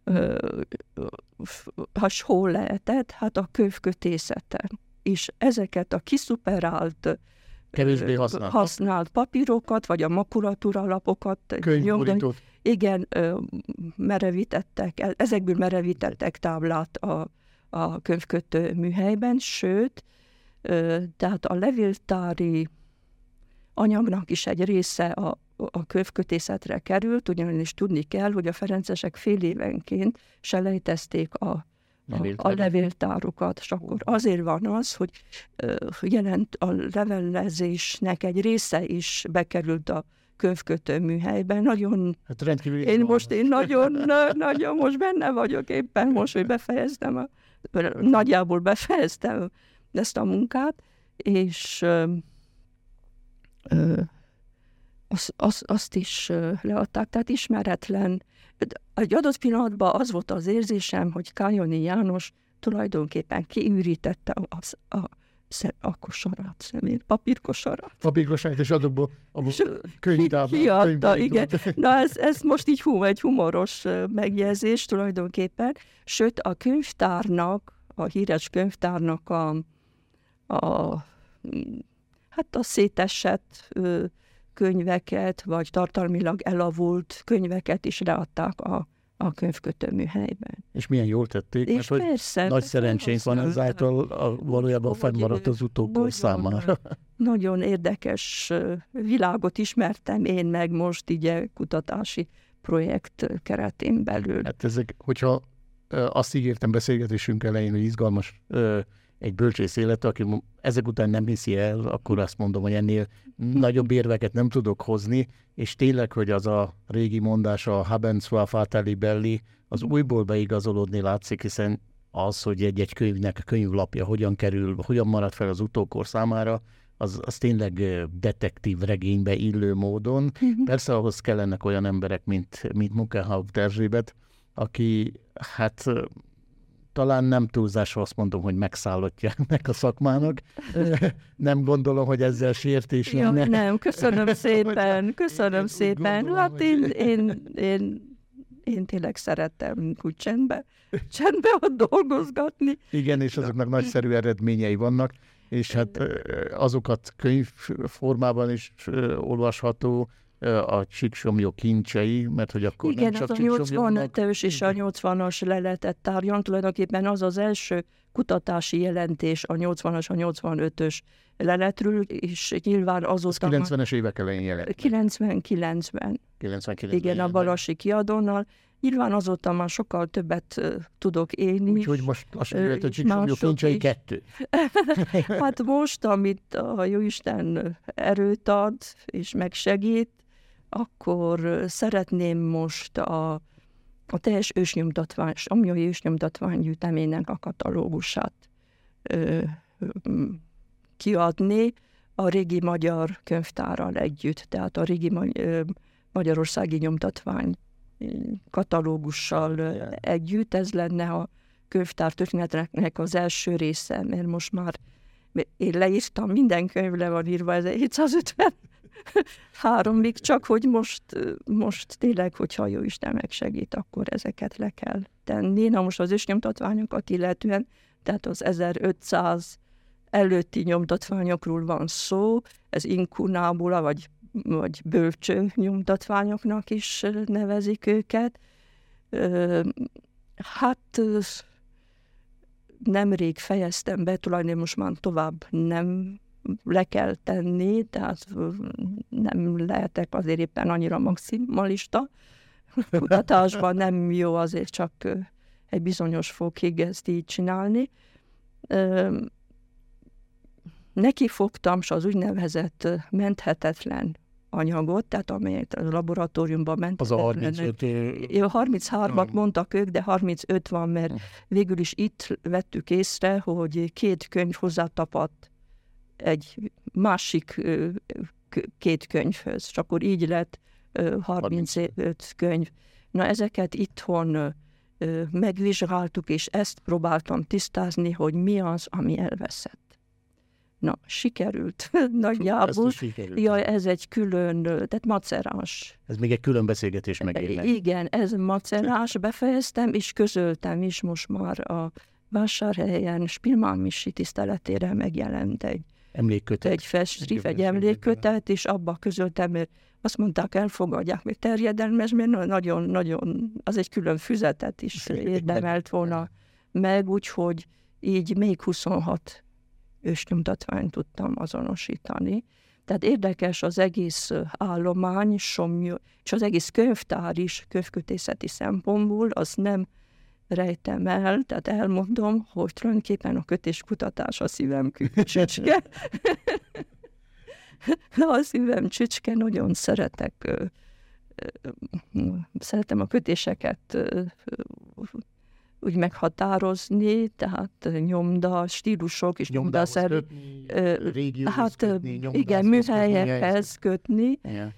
ha hol lehetett, hát a kövkötészeten. És ezeket a kiszuperált, kevésbé használt. használt papírokat, vagy a makulatúra lapokat, könyvborítót. Igen, merevítettek, ezekből merevítettek táblát a a könyvkötő műhelyben, sőt, tehát a levéltári anyagnak is egy része a, a könyvkötészetre került, ugyanis tudni kell, hogy a ferencesek fél évenként selejtezték a, a, a levéltárukat, és akkor azért van az, hogy jelent a levelezésnek egy része is bekerült a könyvkötő műhelyben. Nagyon, hát rendkívül én most én nagyon, nagyon most benne vagyok éppen most, hogy befejeztem a nagyjából befejeztem ezt a munkát, és ö, ö, az, az, azt is ö, leadták, tehát ismeretlen. Egy adott pillanatban az volt az érzésem, hogy Kályoni János tulajdonképpen kiürítette a, a, a kosarat, szemét, papírkosarat. Papírkosarat, és adokból könyvtáblát. Kiadta, igen. Na ez, ez most így hú, egy humoros megjegyzés tulajdonképpen. Sőt, a könyvtárnak, a híres könyvtárnak a, a, hát a szétesett könyveket, vagy tartalmilag elavult könyveket is leadták a, a könyvkötő műhelyben. És milyen jól tették, és mert persze, hogy nagy szerencsénk van ezáltal, a, valójában fennmaradt az utókor számára. Nagyon érdekes világot ismertem én meg most így kutatási projekt keretén belül. Hát ezek, hogyha azt ígértem beszélgetésünk elején, hogy izgalmas egy bölcsész élete, aki ezek után nem hiszi el, akkor azt mondom, hogy ennél nagyobb érveket nem tudok hozni, és tényleg, hogy az a régi mondás, a habens sua fata libelli, az újból beigazolódni látszik, hiszen az, hogy egy-egy könyvnek a könyvlapja hogyan kerül, hogyan marad fel az utókor számára, az, az tényleg detektív regénybe illő módon. Uh-huh. Persze ahhoz kellenek olyan emberek, mint, mint Muckenhaupt Erzsébet, aki hát talán nem túlzásra azt mondom, hogy megszállottja ennek a szakmának. Nem gondolom, hogy ezzel sértés lenne. Ja, nem, köszönöm szépen, köszönöm szépen. Gondolom, hát én, én, én, én tényleg szerettem úgy csendbe, csendbe ott dolgozgatni. Igen, és azoknak nagyszerű eredményei vannak, és hát azokat könyvformában is olvasható, a Csíksomlyó kincsei, mert hogy akkor igen, nem csak az a nyolcvanötös és a nyolcvanas leletet tárgyalom, tulajdonképpen az az első kutatási jelentés a nyolcvanas, a nyolcvanötös leletről, és nyilván azóta... Ez kilencvenes évek elején jelent. kilencvenkilencben. kilencvenkilencben. Igen, a Balasi kiadónal. Nyilván azóta már sokkal többet uh, tudok én is. Úgyhogy most azt mondja, hogy Csíksomlyó kincsei kettő. Hát most, amit a Jóisten erőt ad és megsegít, akkor szeretném most a, a teljes ősnyomtatvány, Somlyói ősnyomtatvány gyűjteménynek a katalógusát ö, kiadni, a régi magyar könyvtárral együtt, tehát a régi magyarországi nyomtatvány katalógussal együtt. Ez lenne a könyvtár történetnek az első része, mert most már én leírtam, minden könyv le van írva, ez hétszázötvenháromig, csak hogy most, most tényleg, hogyha jó Isten megsegít, akkor ezeket le kell tenni. Na most az ősnyomtatványokat illetően, tehát az ezerötszáz előtti nyomtatványokról van szó, ez inkunábula, vagy, vagy bölcső nyomtatványoknak is nevezik őket. Hát nemrég fejeztem be, tulajdonképpen most már tovább nem le kell tenni, tehát nem lehetek azért éppen annyira maximalista. Kutatásban nem jó azért csak egy bizonyos fokig ezt így csinálni. Neki fogtam az úgynevezett menthetetlen anyagot, tehát amelyet a laboratóriumban menthetetlen. Az a harmincöt... harminchárom mondtak ők, de harmincöt van, mert végül is itt vettük észre, hogy két könyv hozzátapadt egy másik két könyvhöz, és akkor így lett harmincöt könyv. Na ezeket itthon megvizsgáltuk, és ezt próbáltam tisztázni, hogy mi az, ami elveszett. Na, sikerült nagyjából. Sikerült. Ja, ez egy külön, tehát macerás. Ez még egy külön beszélgetés megérne. Igen, ez macerás, befejeztem, és közöltem is most már a Vásárhelyen Spilman Misi tiszteletére megjelent egy emlékkötet. Egy festrív, egy emlékkötet, és abba közöltem, mert azt mondták, elfogadják, mert terjedelmes, mert nagyon-nagyon, az egy külön füzetet is érdemelt volna meg, úgyhogy így még huszonhat ősnyomtatványt tudtam azonosítani. Tehát érdekes az egész állomány, somly, és az egész könyvtár is könyvkötészeti szempontból, azt nem rejtem el, tehát elmondom, hogy tulajdonképpen a kötéskutatás a szívem csücske. A szívem csücske, nagyon szeretek, szeretem a kötéseket úgy meghatározni, tehát nyomda, stílusok és nyomdaszerű. Hát igen, műhelyekhez kötni. Yeah.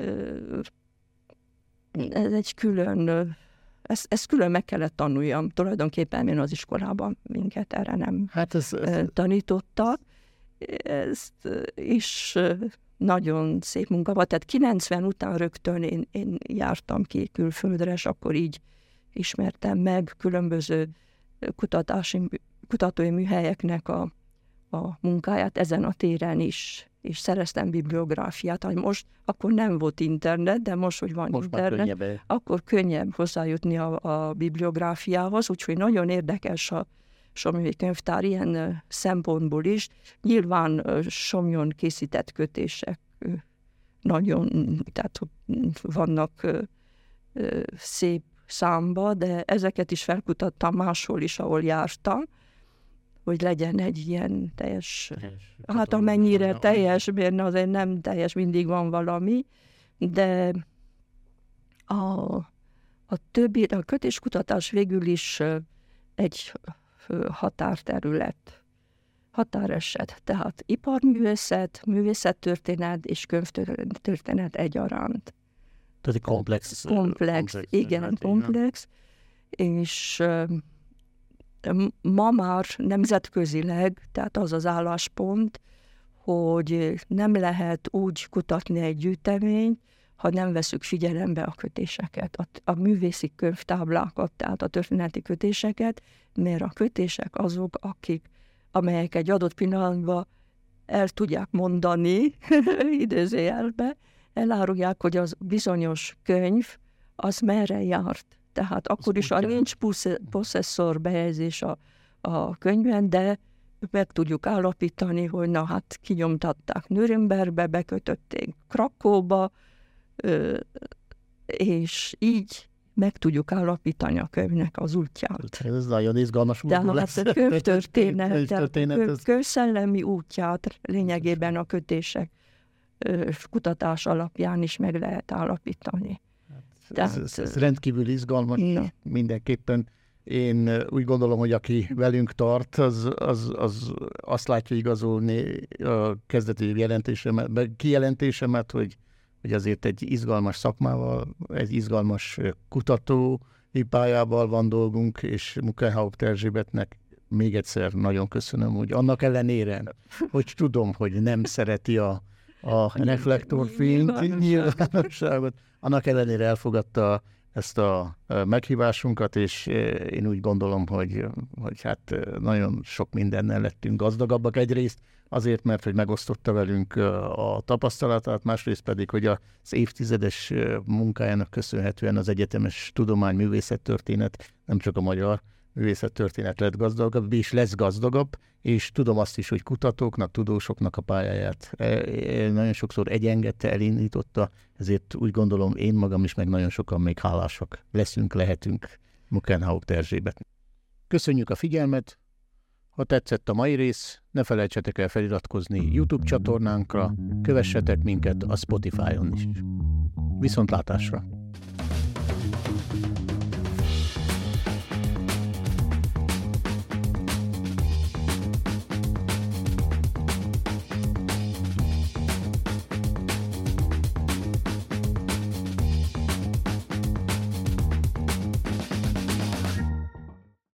Ez egy külön, ezt, ezt külön meg kellett tanuljam. Tulajdonképpen én az iskolában minket erre nem hát ez, ez... tanítottak. Ezt is nagyon szép munka volt. Tehát kilencven után rögtön én, én jártam ki külföldre, és akkor így ismertem meg különböző kutatási, kutatói műhelyeknek a, a munkáját ezen a téren is, és szereztem bibliográfiát. Most, akkor nem volt internet, de most, hogy van most internet, akkor könnyebb hozzájutni a, a bibliográfiához, úgyhogy nagyon érdekes a Somlyói könyvtár ilyen szempontból is. Nyilván Somlyon készített kötések nagyon, tehát vannak szép számba, de ezeket is felkutattam máshol is, ahol jártam, hogy legyen egy ilyen teljes, teljes hát amennyire teljes, mert azért nem teljes, mindig van valami, de a, a többi, a kötéskutatás végül is egy határterület, határeset, tehát iparművészet, művészettörténet és könyvtörténet egyaránt. Tehát egy komplex. Komplex, komplex igen, terület, komplex, és uh, ma már nemzetközileg, tehát az az álláspont, hogy nem lehet úgy kutatni egy gyűjteményt, ha nem veszük figyelembe a kötéseket, a, a művészi könyvtáblákat, tehát a történeti kötéseket, mert a kötések azok, akik, amelyek egy adott pillanatban el tudják mondani, idézőjelbe, elárulják, hogy az bizonyos könyv, az merre járt. Tehát akkor az is, ha nincs posszesszor bejegyzés a, a könyvben, de meg tudjuk állapítani, hogy na hát kinyomtatták Nürnbergbe, bekötötték Krakóba, és így meg tudjuk állapítani a könyvnek az útját. Ez nagyon izgalmas útja lesz. Tehát a könyvtörténet, könyv, könyvszellemi útját lényegében a kötések kutatás alapján is meg lehet állapítani. Hát ez, ez, ez rendkívül izgalmas, no. Mindenképpen Én úgy gondolom, hogy aki velünk tart, az, az, az azt látja igazolni a kezdeti jelentésemet, kijelentésemet, hogy, hogy azért egy izgalmas szakmával, egy izgalmas kutatói pályával van dolgunk, és Munkhenhaupt Erzsébetnek még egyszer nagyon köszönöm, hogy annak ellenére, hogy tudom, hogy nem szereti a, a reflektorfényt, nyilvánosságot, annak ellenére elfogadta ezt a meghívásunkat, és én úgy gondolom, hogy, hogy hát nagyon sok mindennel lettünk gazdagabbak. Egyrészt azért, mert hogy megosztotta velünk a tapasztalatát, másrészt pedig, hogy az évtizedes munkájának köszönhetően az egyetemes tudomány, művészettörténet, nem csak a magyar művészettörténet lett gazdagabb, és lesz gazdagabb, és tudom azt is, hogy kutatóknak, tudósoknak a pályáját nagyon sokszor egyengedte, elindította, ezért úgy gondolom én magam is, meg nagyon sokan még hálásak leszünk, lehetünk Munkhenhaupt Erzsébet. Köszönjük a figyelmet! Ha tetszett a mai rész, ne felejtsetek el feliratkozni YouTube csatornánkra, kövessetek minket a Spotify-on is. Viszontlátásra!